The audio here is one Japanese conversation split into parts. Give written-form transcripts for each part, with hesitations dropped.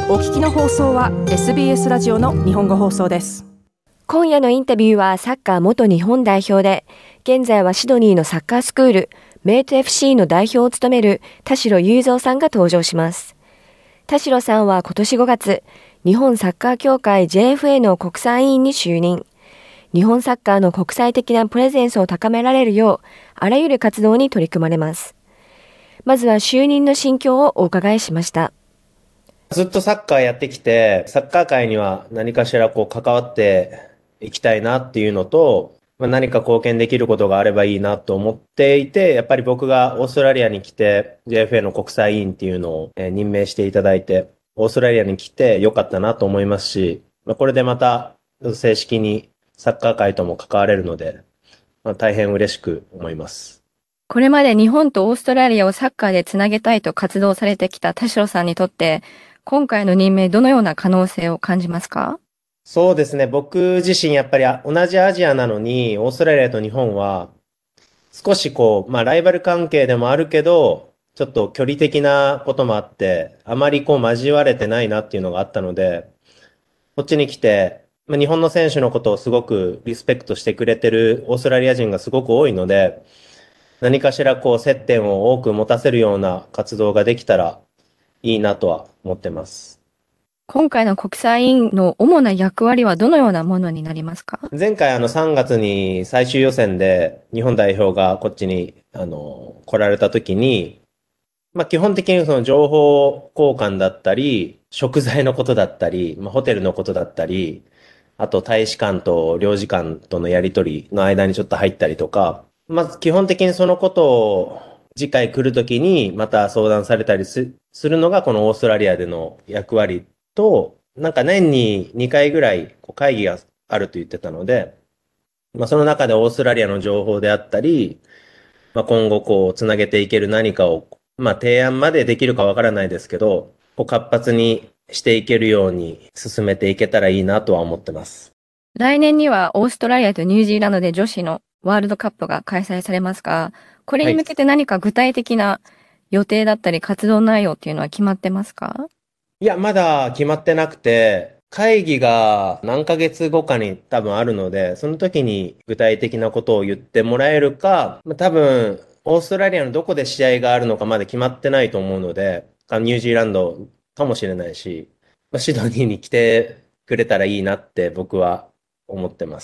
お聞きの放送は SBS ラジオの日本語放送です。 今夜のインタビューはサッカー元日本代表で、現在はシドニーのサッカースクール、メイト FC の代表を務める田代雄三さんが登場します。田代さんは今年5月、日本サッカー協会 JFA の国際委員に就任。日本サッカーの国際的なプレゼンスを高められるよう、あらゆる活動に取り組まれます。まずは就任の心境をお伺いしました。 ずっとサッカーやってきて、サッカー界には何かしら関わっていきたいなっていうのと、何か貢献できることがあればいいなと思っていて、やっぱり僕がオーストラリアに来て JFA の国際委員っていうのを任命していただいて、オーストラリアに来てよかったなと思いますし、これでまた正式にサッカー界とも関われるので、大変嬉しく思います。 これまで日本とオーストラリアをサッカーでつなげたいと活動されてきた田代さんにとって、今回の任命どのような可能性を感じますか？ そうですね。僕自身やっぱり同じアジアなのに、オーストラリアと日本は少しライバル関係でもあるけど、ちょっと距離的なこともあって、あまり交われてないなっていうのがあったので、こっちに来て、日本の選手のことをすごくリスペクトしてくれてるオーストラリア人がすごく多いので、何かしら接点を多く持たせるような活動ができたらいいなとは思ってます。 今回の国際委員の主な役割はどのようなものになりますか？ 前回3月に最終予選で日本代表がこっちに来られた時に、基本的にその情報交換だったり、食材のことだったり、ホテルのことだったり、あと大使館と領事館とのやり取りの間にちょっと入ったりとか、まず基本的にそのことを次回来るときにまた相談されたりするのがこのオーストラリアでの役割と、年に2回ぐらい会議があると言ってたので、その中でオーストラリアの情報であったり、今後つなげていける何かを、提案までできるかわからないですけど、活発にしていけるように進めていけたらいいなとは思ってます。 来年にはオーストラリアとニュージーランドで女子のワールドカップが開催されますが、これに向けて何か具体的な予定だったり活動内容っていうのは決まってますか？ いや、まだ決まってなくて、会議が何ヶ月後かに多分あるので、その時に具体的なことを言ってもらえるか、多分、オーストラリアのどこで試合があるのかまだ決まってないと思うので、ニュージーランドかもしれないし、シドニーに来てくれたらいいなって僕は思ってます。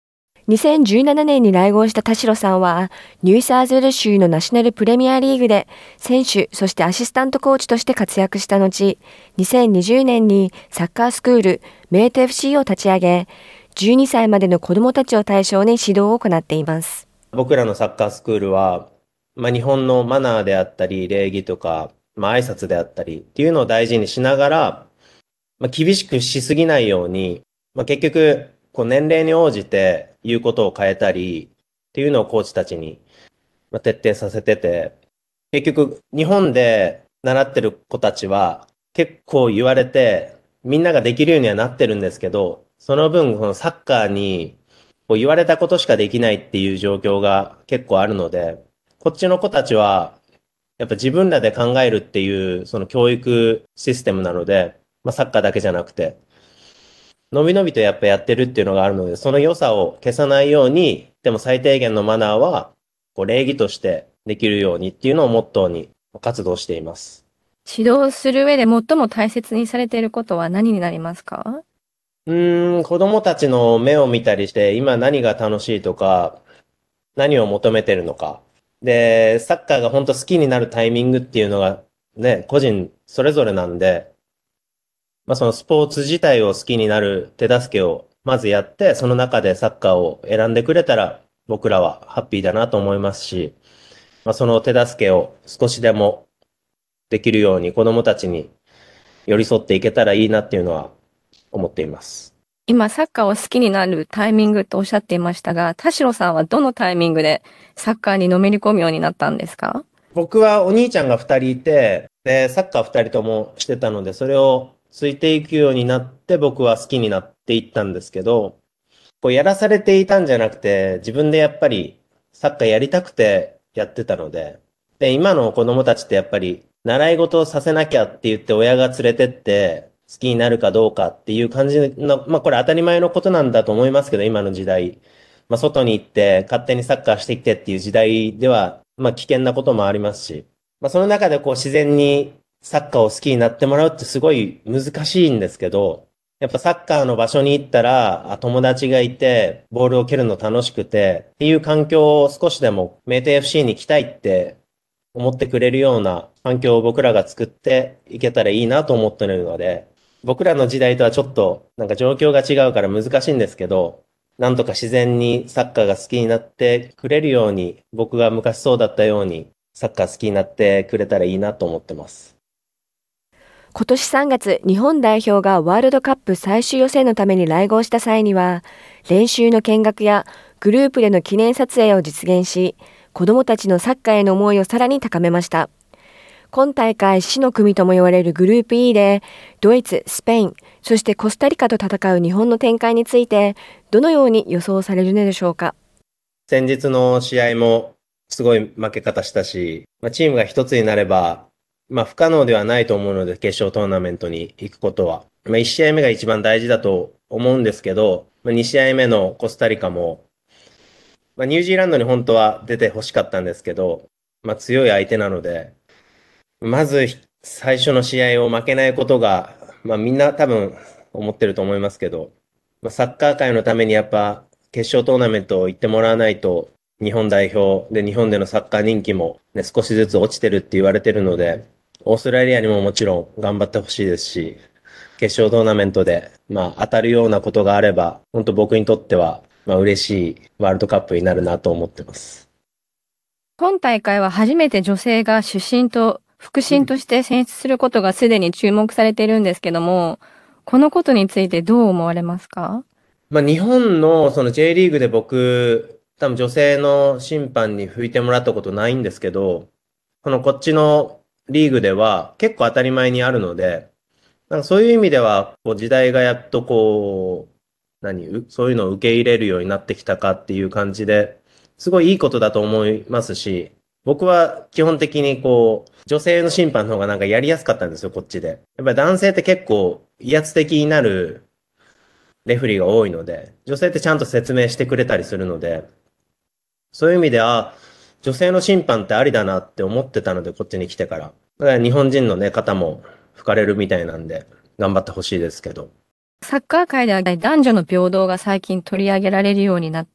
2017年に来合した田代さんは、ニューサーズウェル州のナショナルプレミアリーグで選手、そしてアシスタントコーチとして活躍した後、2020年にサッカースクール、メイト FC を立ち上げ、12歳までの子どもたちを対象に指導を行っています。 僕らのサッカースクールは、日本のマナーであったり、礼儀とか、挨拶であったりっていうのを大事にしながら、厳しくしすぎないように、結局、年齢に応じて言うことを変えたりっていうのをコーチたちに徹底させてて、結局日本で習ってる子たちは結構言われてみんなができるようにはなってるんですけど、その分このサッカーに言われたことしかできないっていう状況が結構あるので、こっちの子たちはやっぱ自分らで考えるっていうその教育システムなので、サッカーだけじゃなくてのびのびとやっぱやってるっていうのがあるので、その良さを消さないように、でも最低限のマナーは礼儀としてできるようにっていうのをモットーに活動しています。 指導する上で最も大切にされていることは何になりますか？ 子供たちの目を見たりして、今何が楽しいとか、何を求めてるのか。で、サッカーが本当好きになるタイミングっていうのがね、個人それぞれなんで、そのスポーツ自体を好きになる手助けをまずやって、その中でサッカーを選んでくれたら僕らはハッピーだなと思いますし、その手助けを少しでもできるように子どもたちに寄り添っていけたらいいなっていうのは思っています。 今サッカーを好きになるタイミングとおっしゃっていましたが、田代さんはどのタイミングでサッカーにのめり込むようになったんですか？ 僕はお兄ちゃんが2人いて、でサッカー2人ともしてたので、それをついていくようになって僕は好きになっていったんですけど、やらされていたんじゃなくて、自分でやっぱりサッカーやりたくてやってたので、で、今の子供たちってやっぱり習い事をさせなきゃって言って親が連れてって好きになるかどうかっていう感じの、これ当たり前のことなんだと思いますけど、今の時代。外に行って勝手にサッカーしてきてっていう時代では、危険なこともありますし、その中でこう自然にサッカーを好きになってもらうってすごい難しいんですけど、やっぱサッカーの場所に行ったら、友達がいて、ボールを蹴るの楽しくて、っていう環境を少しでもメーテ FC に来たいって思ってくれるような環境を僕らが作っていけたらいいなと思ってるので、僕らの時代とはちょっとなんか状況が違うから難しいんですけど、なんとか自然にサッカーが好きになってくれるように、僕が昔そうだったようにサッカー好きになってくれたらいいなと思ってます。 今年3月、日本代表がワールドカップ最終予選のために来合した際には、練習の見学やグループでの記念撮影を実現し、子どもたちのサッカーへの思いをさらに高めました。今大会死の組とも言われるグループ E で、ドイツ、スペイン、そしてコスタリカと戦う日本の展開について、どのように予想されるのでしょうか。 先日の試合もすごい負け方したし、チームが一つになれば、不可能ではないと思うので、決勝トーナメントに行くことは。1試合目が一番大事だと思うんですけど、2試合目のコスタリカも、ニュージーランドに本当は出て欲しかったんですけど、強い相手なので、まず最初の試合を負けないことが、みんな多分思ってると思いますけど、サッカー界のためにやっぱ決勝トーナメント行ってもらわないと、日本代表で日本でのサッカー人気も、少しずつ落ちてるって言われてるので、オーストラリアにももちろん頑張ってほしいですし、決勝トーナメントで当たるようなことがあれば、本当僕にとっては嬉しいワールドカップになるなと思ってます。 今大会は初めて女性が主審と副審として選出することがすでに注目されているんですけども、このことについてどう思われますか？ 日本のその J リーグで僕、多分女性の審判に拭いてもらったことないんですけど、こっちのリーグでは結構当たり前にあるので、そういう意味では時代がやっとそういうのを受け入れるようになってきたかっていう感じで、すごいいいことだと思いますし、僕は基本的に女性の審判の方がやりやすかったんですよ、こっちで。やっぱり男性って結構威圧的になるレフェリーが多いので、女性ってちゃんと説明してくれたりするので、そういう意味では、女性の審判ってありだなって思ってたので、こっちに来てから。だから日本人の方も吹かれるみたいなんで、頑張ってほしいですけど。 サッカー界では男女の平等が最近取り上げられるようになって、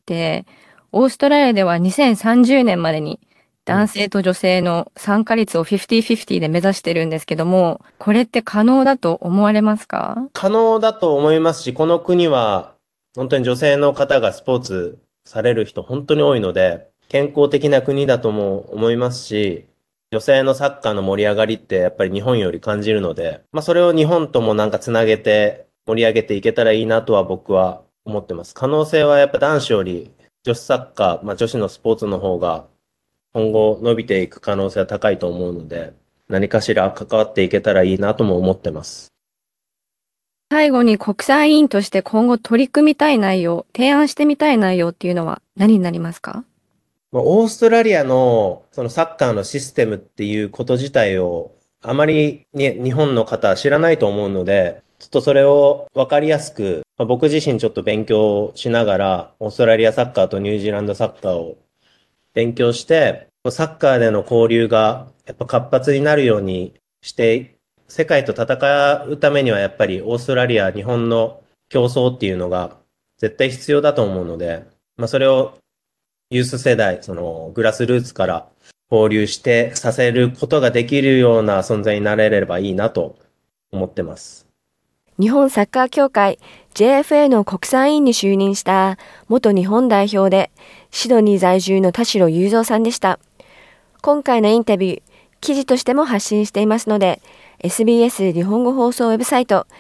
オーストラリアでは2030年までに男性と女性の参加率を 50-50 で目指してるんですけども、これって可能だと思われますか？ 可能だと思いますし、この国は本当に女性の方がスポーツされる人本当に多いので、健康的な国だとも思いますし、女性のサッカーの盛り上がりってやっぱり日本より感じるので、それを日本ともつなげて盛り上げていけたらいいなとは僕は思ってます。可能性はやっぱ男子より女子サッカー、女子のスポーツの方が今後伸びていく可能性は高いと思うので、何かしら関わっていけたらいいなとも思ってます。 最後に国際委員として今後取り組みたい内容、提案してみたい内容っていうのは何になりますか？ オーストラリアのそのサッカーのシステムっていうこと自体をあまり日本の方は知らないと思うので、ちょっとそれを分かりやすく、僕自身ちょっと勉強しながら、オーストラリアサッカーとニュージーランドサッカーを勉強して、サッカーでの交流がやっぱ活発になるようにして、世界と戦うためにはやっぱりオーストラリア、日本の競争っていうのが絶対必要だと思うので、それをユース世代、そのグラスルーツから交流してさせることができるような存在になれればいいなと思ってます。 日本サッカー協会 JFA の国際委員に就任した元日本代表でシドニー在住の田代雄三さんでした。今回のインタビュー、記事としても発信していますので、SBS 日本語放送ウェブサイト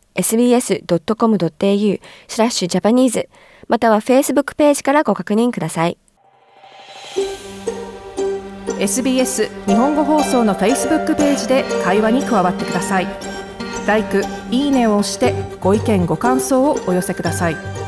sbs.com.au/Japanese または Facebook ページからご確認ください。 SBS 日本語放送の Facebook ページで会話に加わってください。LIKE、いいねを押してご意見ご感想をお寄せください。